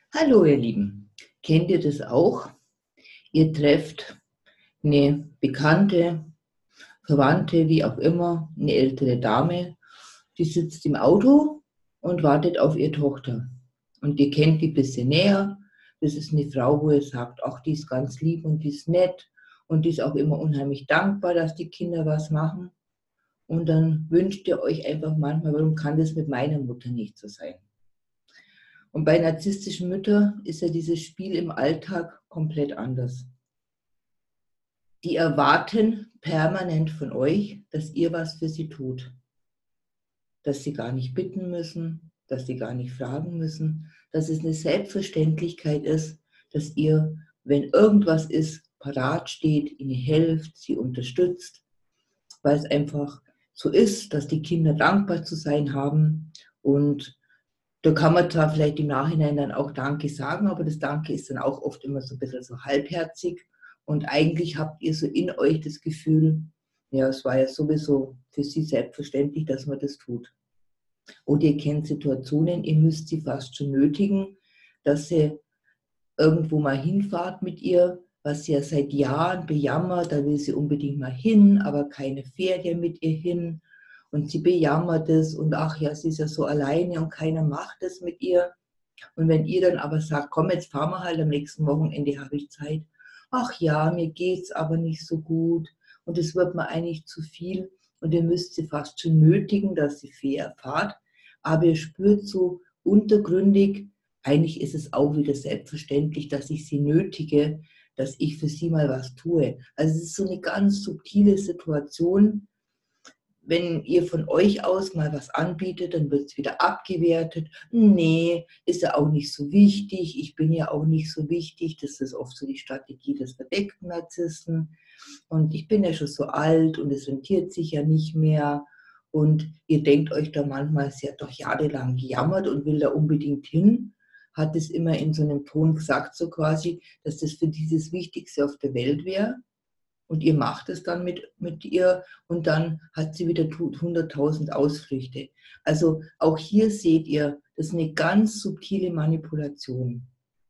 Hallo ihr Lieben, kennt ihr das auch? Ihr trefft eine Bekannte, Verwandte, wie auch immer, eine ältere Dame, die sitzt im Auto und wartet auf ihre Tochter. Und ihr kennt die ein bisschen näher. Das ist eine Frau, wo ihr sagt, ach, die ist ganz lieb und die ist nett und die ist auch immer unheimlich dankbar, dass die Kinder was machen. Und dann wünscht ihr euch einfach manchmal, warum kann das mit meiner Mutter nicht so sein? Und bei narzisstischen Müttern ist ja dieses Spiel im Alltag komplett anders. Die erwarten permanent von euch, dass ihr was für sie tut. Dass sie gar nicht bitten müssen, dass sie gar nicht fragen müssen, dass es eine Selbstverständlichkeit ist, dass ihr, wenn irgendwas ist, parat steht, ihnen helft, sie unterstützt, weil es einfach so ist, dass die Kinder dankbar zu sein haben. Und da kann man zwar vielleicht im Nachhinein dann auch Danke sagen, aber das Danke ist dann auch oft immer so ein bisschen so halbherzig. Und eigentlich habt ihr so in euch das Gefühl, ja, es war ja sowieso für sie selbstverständlich, dass man das tut. Oder ihr kennt Situationen, ihr müsst sie fast schon nötigen, dass sie irgendwo mal hinfahrt mit ihr, was sie ja seit Jahren bejammert, da will sie unbedingt mal hin, aber keine fährt ja mit ihr hin. Und sie bejammert es und ach ja, sie ist ja so alleine und keiner macht es mit ihr. Und wenn ihr dann aber sagt, komm, jetzt fahren wir halt am nächsten Wochenende, habe ich Zeit. Ach ja, mir geht's aber nicht so gut und es wird mir eigentlich zu viel und ihr müsst sie fast schon nötigen, dass sie fair fahrt. Aber ihr spürt so untergründig, eigentlich ist es auch wieder selbstverständlich, dass ich sie nötige, dass ich für sie mal was tue. Also es ist so eine ganz subtile Situation. Wenn ihr von euch aus mal was anbietet, dann wird es wieder abgewertet. Nee, ist ja auch nicht so wichtig. Ich bin ja auch nicht so wichtig. Das ist oft so die Strategie des verdeckten Narzissten. Und ich bin ja schon so alt und es rentiert sich ja nicht mehr. Und ihr denkt euch da manchmal, sie hat doch jahrelang gejammert und will da unbedingt hin. Hat es immer in so einem Ton gesagt, so quasi, dass das für dieses Wichtigste auf der Welt wäre. Und ihr macht es dann mit ihr und dann hat sie wieder 100.000 Ausflüchte. Also auch hier seht ihr, das ist eine ganz subtile Manipulation.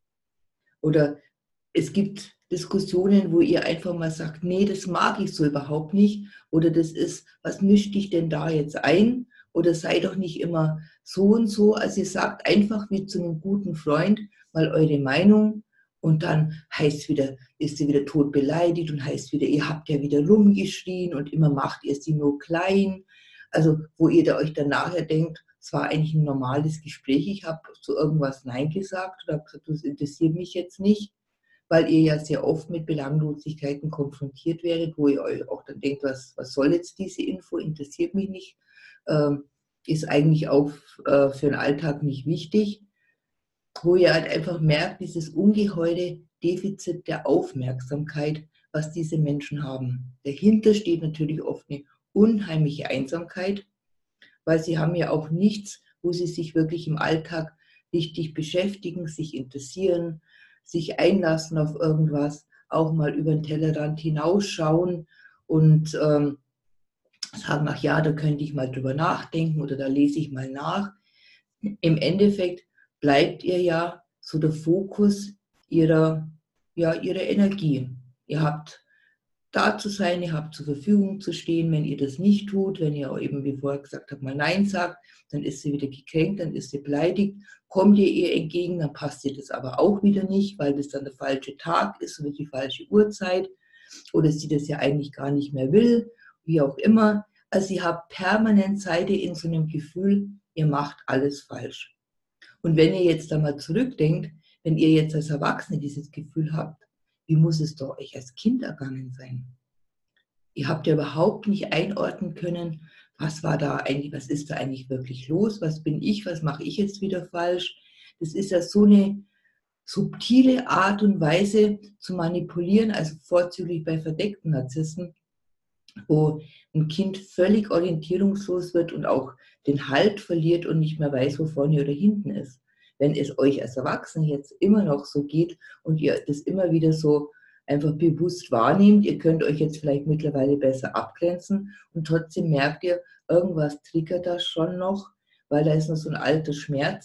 Oder es gibt Diskussionen, wo ihr einfach mal sagt, nee, das mag ich so überhaupt nicht. Oder das ist, was mischt dich denn da jetzt ein? Oder sei doch nicht immer so und so. Also ihr sagt einfach wie zu einem guten Freund mal eure Meinung und dann heißt wieder, ist sie wieder tot beleidigt und heißt wieder, ihr habt ja wieder rumgeschrien und immer macht ihr sie nur klein. Also wo ihr da euch dann nachher denkt, es war eigentlich ein normales Gespräch, ich habe zu irgendwas Nein gesagt oder habe gesagt, das interessiert mich jetzt nicht, weil ihr ja sehr oft mit Belanglosigkeiten konfrontiert werdet, wo ihr euch auch dann denkt, was soll jetzt diese Info, interessiert mich nicht, ähm, ist eigentlich auch für den Alltag nicht wichtig, wo ihr halt einfach merkt, dieses ungeheure Defizit der Aufmerksamkeit, was diese Menschen haben. Dahinter steht natürlich oft eine unheimliche Einsamkeit, weil sie haben ja auch nichts, wo sie sich wirklich im Alltag richtig beschäftigen, sich interessieren, sich einlassen auf irgendwas, auch mal über den Tellerrand hinausschauen und sagen, ach ja, da könnte ich mal drüber nachdenken oder da lese ich mal nach. Im Endeffekt bleibt ihr ja so der Fokus ihrer Energie. Ihr habt da zu sein, ihr habt zur Verfügung zu stehen. Wenn ihr das nicht tut, wenn ihr eben, wie vorher gesagt habt, mal Nein sagt, dann ist sie wieder gekränkt, dann ist sie beleidigt. Kommt ihr ihr entgegen, dann passt ihr das aber auch wieder nicht, weil das dann der falsche Tag ist oder die falsche Uhrzeit oder sie das ja eigentlich gar nicht mehr will, wie auch immer. Also ihr habt permanent, seid ihr in so einem Gefühl, ihr macht alles falsch. Und wenn ihr jetzt da mal zurückdenkt, wenn ihr jetzt als Erwachsene dieses Gefühl habt, wie muss es doch euch als Kind ergangen sein? Ihr habt ja überhaupt nicht einordnen können, was war da eigentlich, was ist da eigentlich wirklich los, was bin ich, was mache ich jetzt wieder falsch. Das ist ja so eine subtile Art und Weise zu manipulieren, also vorzüglich bei verdeckten Narzissen, wo ein Kind völlig orientierungslos wird und auch den Halt verliert und nicht mehr weiß, wo vorne oder hinten ist. Wenn es euch als Erwachsene jetzt immer noch so geht und ihr das immer wieder so einfach bewusst wahrnehmt, ihr könnt euch jetzt vielleicht mittlerweile besser abgrenzen und trotzdem merkt ihr, irgendwas triggert das schon noch, weil da ist noch so ein alter Schmerz,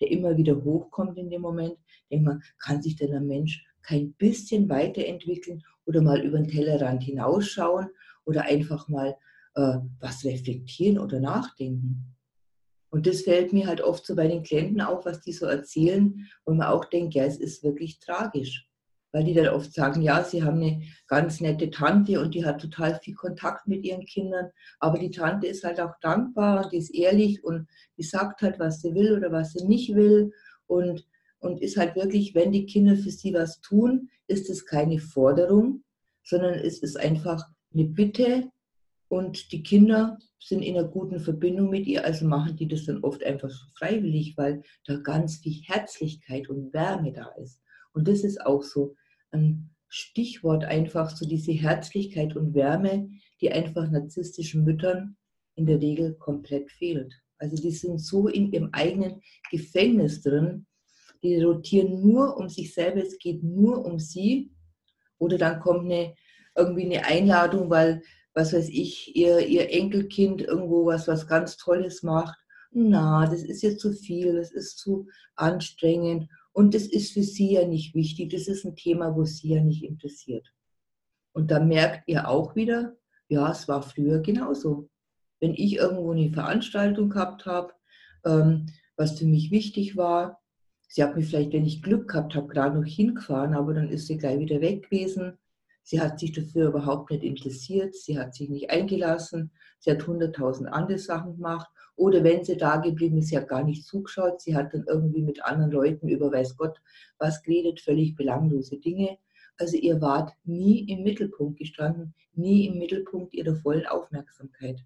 der immer wieder hochkommt in dem Moment. Denkt man, kann sich denn ein Mensch kein bisschen weiterentwickeln oder mal über den Tellerrand hinausschauen oder einfach mal was reflektieren oder nachdenken? Und das fällt mir halt oft so bei den Klienten auf, was die so erzählen, und man auch denkt, ja, es ist wirklich tragisch. Weil die dann oft sagen, ja, sie haben eine ganz nette Tante und die hat total viel Kontakt mit ihren Kindern, aber die Tante ist halt auch dankbar, die ist ehrlich und die sagt halt, was sie will oder was sie nicht will, und, und ist halt wirklich, wenn die Kinder für sie was tun, ist es keine Forderung, sondern es ist einfach eine Bitte, und die Kinder sind in einer guten Verbindung mit ihr, also machen die das dann oft einfach so freiwillig, weil da ganz viel Herzlichkeit und Wärme da ist. Und das ist auch so ein Stichwort, einfach so diese Herzlichkeit und Wärme, die einfach narzisstischen Müttern in der Regel komplett fehlt. Also die sind so in ihrem eigenen Gefängnis drin, die rotieren nur um sich selber, es geht nur um sie. Oder dann kommt irgendwie eine Einladung, weil, was weiß ich, ihr Enkelkind irgendwo was ganz Tolles macht. Na, das ist jetzt zu viel, das ist zu anstrengend und das ist für sie ja nicht wichtig. Das ist ein Thema, wo sie ja nicht interessiert. Und da merkt ihr auch wieder, ja, es war früher genauso. Wenn ich irgendwo eine Veranstaltung gehabt habe, ähm, was für mich wichtig war, sie hat mich vielleicht, wenn ich Glück gehabt habe, gerade noch hingefahren, aber dann ist sie gleich wieder weg gewesen. Sie hat sich dafür überhaupt nicht interessiert, sie hat sich nicht eingelassen, sie hat 100.000 andere Sachen gemacht. Oder wenn sie da geblieben ist, sie hat gar nicht zugeschaut, sie hat dann irgendwie mit anderen Leuten über weiß Gott was geredet, völlig belanglose Dinge. Also ihr wart nie im Mittelpunkt gestanden, nie im Mittelpunkt ihrer vollen Aufmerksamkeit.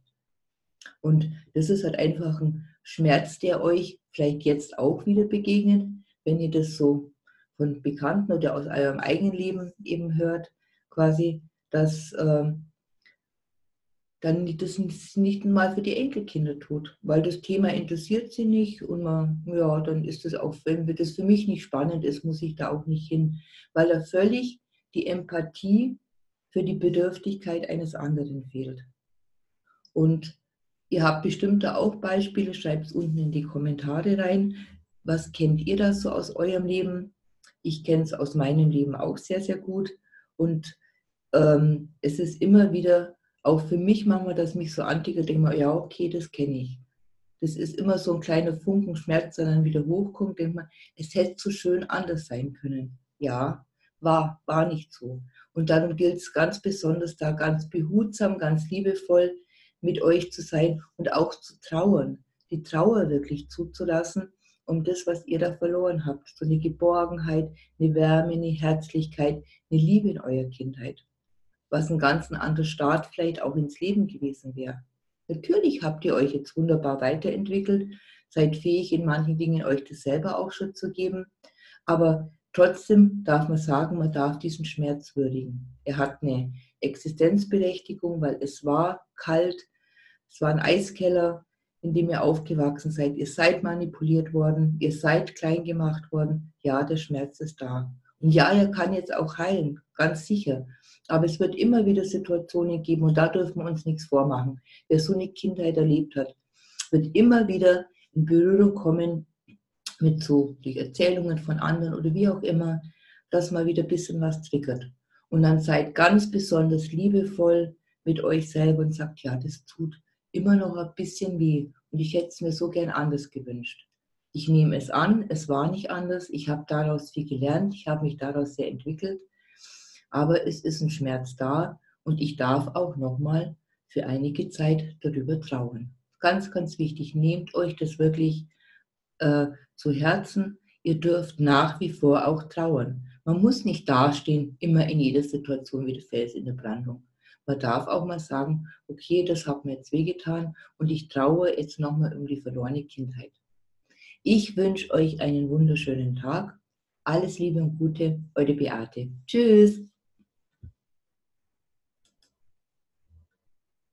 Und das ist halt einfach ein Schmerz, der euch vielleicht jetzt auch wieder begegnet, wenn ihr das so von Bekannten oder aus eurem eigenen Leben eben hört, quasi, dass dann das nicht mal für die Enkelkinder tut, weil das Thema interessiert sie nicht und man, ja, dann ist das auch, wenn das für mich nicht spannend ist, muss ich da auch nicht hin, weil da völlig die Empathie für die Bedürftigkeit eines anderen fehlt. Und ihr habt bestimmt da auch Beispiele, schreibt es unten in die Kommentare rein. Was kennt ihr da so aus eurem Leben? Ich kenne es aus meinem Leben auch sehr, sehr gut. Und es ist immer wieder, auch für mich manchmal, dass mich so antickert, denke ich mir, ja, okay, das kenne ich. Das ist immer so ein kleiner Funken Schmerz, der dann wieder hochkommt, denkt man, es hätte so schön anders sein können. Ja, war nicht so. Und darum gilt es ganz besonders, da ganz behutsam, ganz liebevoll mit euch zu sein und auch zu trauern, die Trauer wirklich zuzulassen, um das, was ihr da verloren habt. So eine Geborgenheit, eine Wärme, eine Herzlichkeit, eine Liebe in eurer Kindheit, was ein ganz anderer Start vielleicht auch ins Leben gewesen wäre. Natürlich habt ihr euch jetzt wunderbar weiterentwickelt, seid fähig, in manchen Dingen euch das selber auch schon zu geben, aber trotzdem darf man sagen, man darf diesen Schmerz würdigen. Er hat eine Existenzberechtigung, weil es war kalt, es war ein Eiskeller, in dem ihr aufgewachsen seid. Ihr seid manipuliert worden, ihr seid klein gemacht worden. Ja, der Schmerz ist da. Und ja, er kann jetzt auch heilen, ganz sicher. Aber es wird immer wieder Situationen geben, und da dürfen wir uns nichts vormachen. Wer so eine Kindheit erlebt hat, wird immer wieder in Berührung kommen mit so durch Erzählungen von anderen oder wie auch immer, dass mal wieder ein bisschen was triggert. Und dann seid ganz besonders liebevoll mit euch selber und sagt, ja, das tut immer noch ein bisschen weh und ich hätte es mir so gern anders gewünscht. Ich nehme es an, es war nicht anders, ich habe daraus viel gelernt, ich habe mich daraus sehr entwickelt, aber es ist ein Schmerz da und ich darf auch nochmal für einige Zeit darüber trauern. Ganz, ganz wichtig, nehmt euch das wirklich zu Herzen. Ihr dürft nach wie vor auch trauern. Man muss nicht dastehen, immer in jeder Situation wie der Fels in der Brandung. Man darf auch mal sagen, okay, das hat mir jetzt wehgetan und ich traue jetzt nochmal um die verlorene Kindheit. Ich wünsche euch einen wunderschönen Tag. Alles Liebe und Gute, eure Beate. Tschüss.